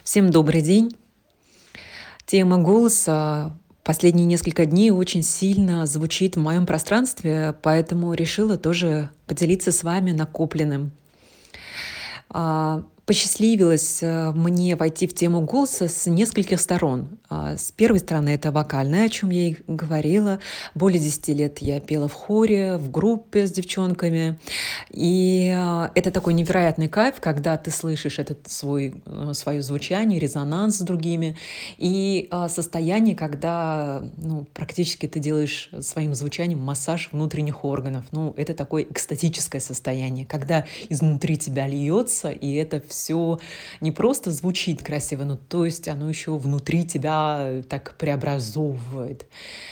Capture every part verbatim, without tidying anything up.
Всем добрый день. Тема голоса последние несколько дней очень сильно звучит в моем пространстве, поэтому решила тоже поделиться с вами накопленным. А, посчастливилось, э, мне войти в тему голоса с нескольких сторон. А, с первой стороны, это вокальное, о чем я и говорила. Более десяти лет я пела в хоре, в группе с девчонками. И а, это такой невероятный кайф, когда ты слышишь этот свой, э, свое звучание, резонанс с другими. И а, состояние, когда ну, практически ты делаешь своим звучанием массаж внутренних органов. Ну, это такое экстатическое состояние, когда изнутри тебя льется, и это все не просто звучит красиво, но то есть оно еще внутри тебя э, так преобразовывает.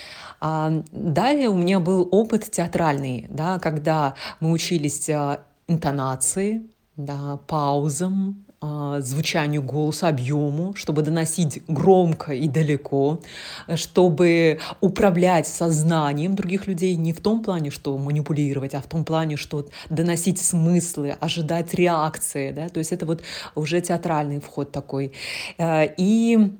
А, далее у меня был опыт театральный, да, когда мы учились а, интонации, да, паузам, а, звучанию голоса, объему, чтобы доносить громко и далеко, э, чтобы управлять сознанием других людей не в том плане, что манипулировать, а в том плане, что доносить смыслы, ожидать реакции, да, то есть это вот уже театральный вход такой. Э, И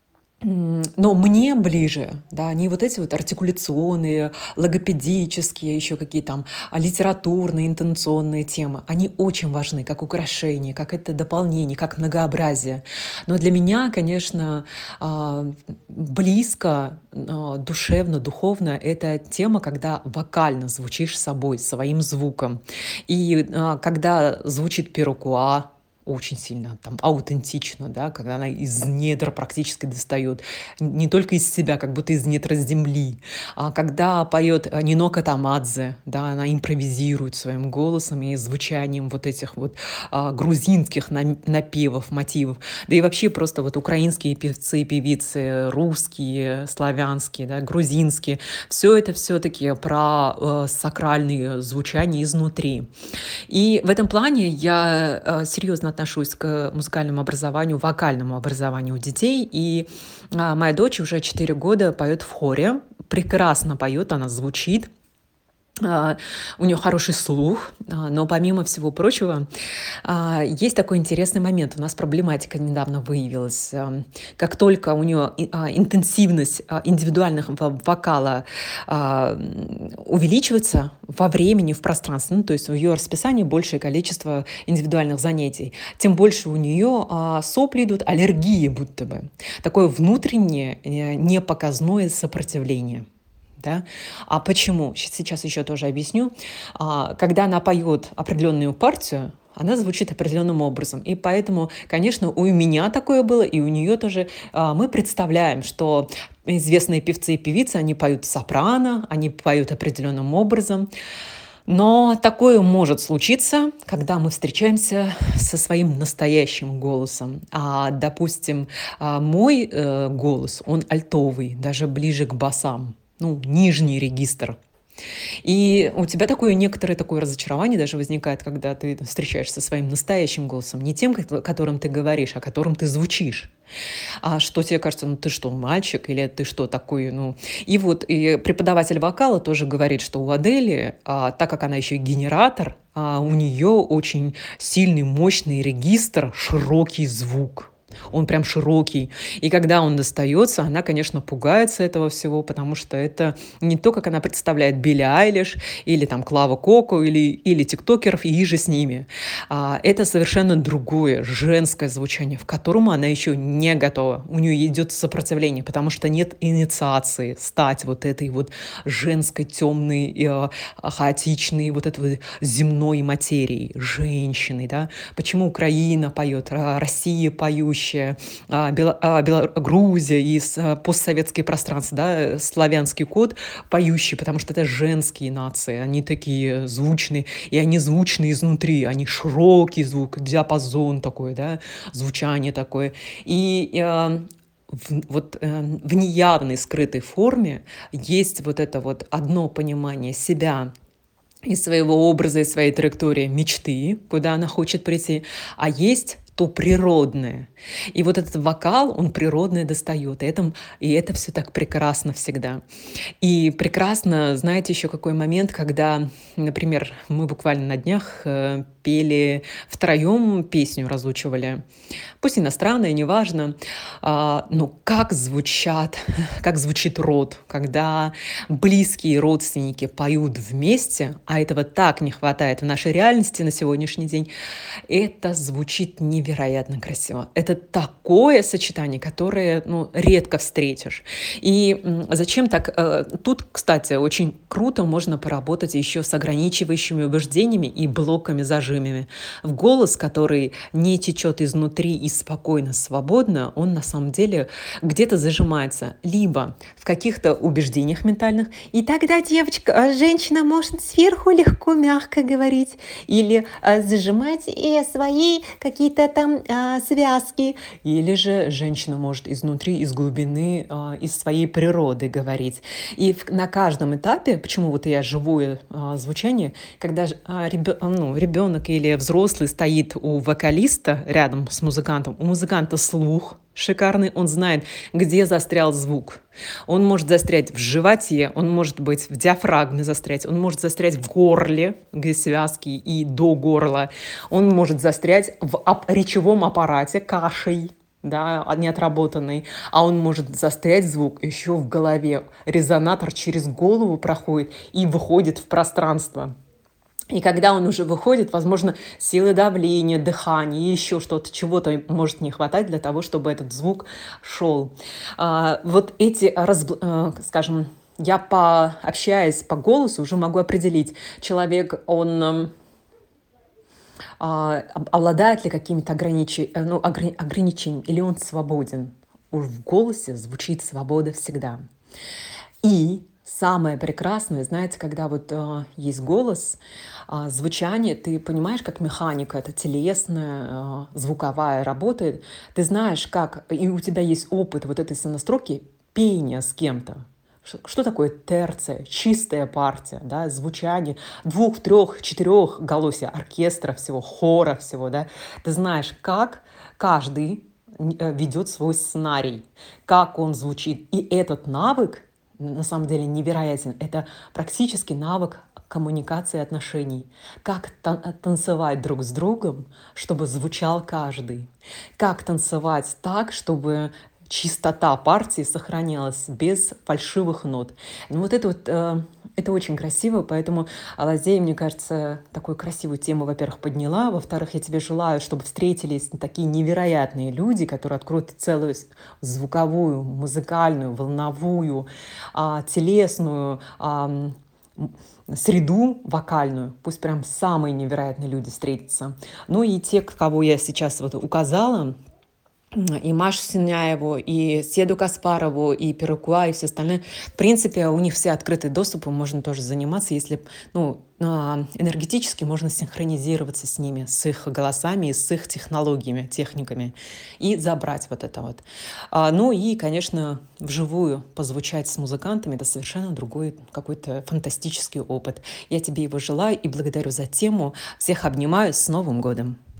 М, но мне ближе, да, не вот эти вот артикуляционные, логопедические, еще какие там а, литературные, интонационные темы. Они очень важны, как украшение, как это дополнение, как многообразие. Но для меня, конечно, а, близко, а, душевно, духовно это тема, когда вокально звучишь собой, своим звуком. И а, когда звучит перукуа, очень сильно там аутентично, да, когда она из недр практически достает, н- не только из себя, как будто из недр земли, а когда поет э, Нинока Тамадзе, да, она импровизирует своим голосом и звучанием вот этих вот а, грузинских нам- напевов, мотивов, да и вообще просто вот украинские певцы, певицы, русские, славянские, да, грузинские, все это все-таки про э, сакральные звучания изнутри. И в этом плане я э, серьезно отношусь к музыкальному образованию, вокальному образованию у детей. И а, моя дочь уже четыре года поет в хоре, прекрасно поет, она звучит. А, У нее хороший слух, а, но помимо всего прочего, а, есть такой интересный момент. У нас проблематика недавно выявилась. Ам, Как только у нее и- а, интенсивность а, индивидуальных во- вокала а, м, увеличивается во времени, в пространстве, ну, то есть в ее расписании большее количество индивидуальных занятий, тем больше у нее а, сопли идут, аллергии будто бы. Такое внутреннее, э, непоказное сопротивление. Да? А почему? Щ- Сейчас еще тоже объясню. А, Когда она поет определенную партию, она звучит определенным образом. И поэтому, конечно, у меня такое было, и у нее тоже. А, Мы представляем, что известные певцы и певицы, они поют сопрано, они поют определенным образом. Но такое может случиться, когда мы встречаемся со своим настоящим голосом. А, допустим, а, мой э, голос, он альтовый, даже ближе к басам, ну, нижний регистр. И у тебя такое некоторое такое разочарование даже возникает, когда ты встречаешься со своим настоящим голосом, не тем, кото- которым ты говоришь, а которым ты звучишь. А что тебе кажется, ну ты что, мальчик, или ты что такой, ну... И вот и преподаватель вокала тоже говорит, что у Адели, а, так как она еще и генератор, а, у нее очень сильный, мощный регистр, широкий звук. Он прям широкий. И когда он достается, она, конечно, пугается этого всего, потому что это не то, как она представляет Билли Айлиш или там Клава Коку или, или тиктокеров и иже с ними. А, это совершенно другое женское звучание, в котором она еще не готова. У нее идет сопротивление, потому что нет инициации стать вот этой вот женской, темной, э, хаотичной, вот этой вот земной материей, женщиной, да. Почему Украина поет, а, Россия поющая, а, Бела- а, Бела- Грузия и с- а, постсоветское пространство, да, славянский код поющий, потому что это женские нации, они такие звучные, и они звучные изнутри, они широкий звук, диапазон такой, да, звучание такое. И э, в, вот, э, в неявной скрытой форме есть вот это вот одно понимание себя и своего образа, и своей траектории мечты, куда она хочет прийти, а есть то природное. И вот этот вокал, он природное достает. И это, и это все так прекрасно всегда. И прекрасно, знаете, еще какой момент, когда, например, мы буквально на днях э, пели втроем песню, разучивали. Пусть иностранная, неважно. А, но как звучат, как звучит род, когда близкие родственники поют вместе, а этого так не хватает в нашей реальности на сегодняшний день, это звучит невероятно красиво. Это такое сочетание, которое, ну, редко встретишь. И м, зачем так? э, Тут, кстати, очень круто можно поработать еще с ограничивающими убеждениями и блоками, зажимами. В голос, который не течет изнутри и спокойно, свободно, он на самом деле где-то зажимается. Либо в каких-то убеждениях ментальных, и тогда девочка, а, женщина может сверху легко, мягко говорить, или а, зажимать и свои какие-то там а, связки, или же женщина может изнутри, из глубины, а, из своей природы говорить. И в- на каждом этапе, почему вот я живое а, звучание, когда ж- а, ребё- а, ну, ребенок или взрослый стоит у вокалиста рядом с музыкантом, у музыканта слух шикарный, он знает, где застрял звук. Он может застрять в животе, он может быть в диафрагме застрять, он может застрять в горле, где связки и до горла, он может застрять в ап- речевом аппарате кашей, да, а, неотработанный, а он может застрять звук еще в голове. Резонатор через голову проходит и выходит в пространство. И когда он уже выходит, возможно, силы давления, дыхания, еще что-то, чего-то может не хватать для того, чтобы этот звук шел. А, вот эти, разб- э, скажем, я пообщаясь по голосу уже могу определить, человек, он эм, а, об- обладает ли какими-то ограничи- э, ну, ограни- ограничениями, или он свободен. Уж в голосе звучит свобода всегда. И самое прекрасное, знаете, когда вот э, есть голос, а, звучание, ты понимаешь, как механика, это телесная, э, звуковая работает, ты знаешь, как, и у тебя есть опыт вот этой сонастройки пения с кем-то. Ш- Что такое терция, чистая партия, да, звучание двух, трех, четырех голосе, оркестра всего, хора всего, да. Ты знаешь, как каждый н- э, ведет свой сценарий, как он звучит. И этот навык на самом деле невероятен. Это практически навык коммуникации и отношений. Как тан- танцевать друг с другом, чтобы звучал каждый. Как танцевать так, чтобы чистота партии сохранялась без фальшивых нот. Ну вот это вот, э, это очень красиво, поэтому Алазея, мне кажется, такую красивую тему, во-первых, подняла, во-вторых, я тебе желаю, чтобы встретились такие невероятные люди, которые откроют целую с- звуковую, музыкальную, волновую, а, телесную, ам, м, среду вокальную. Пусть прям самые невероятные люди встретятся. Ну и те, кого я сейчас вот указала, и Машу Синяеву, и Седу Каспарову, и Перукуа, и все остальные. В принципе, у них все открытый доступ, и можно тоже заниматься, если, ну, а, энергетически можно синхронизироваться с ними, с их голосами и с их технологиями, техниками, и забрать вот это вот. А, ну и, конечно, вживую позвучать с музыкантами — это совершенно другой какой-то фантастический опыт. Я тебе его желаю и благодарю за тему. Всех обнимаю. С Новым годом!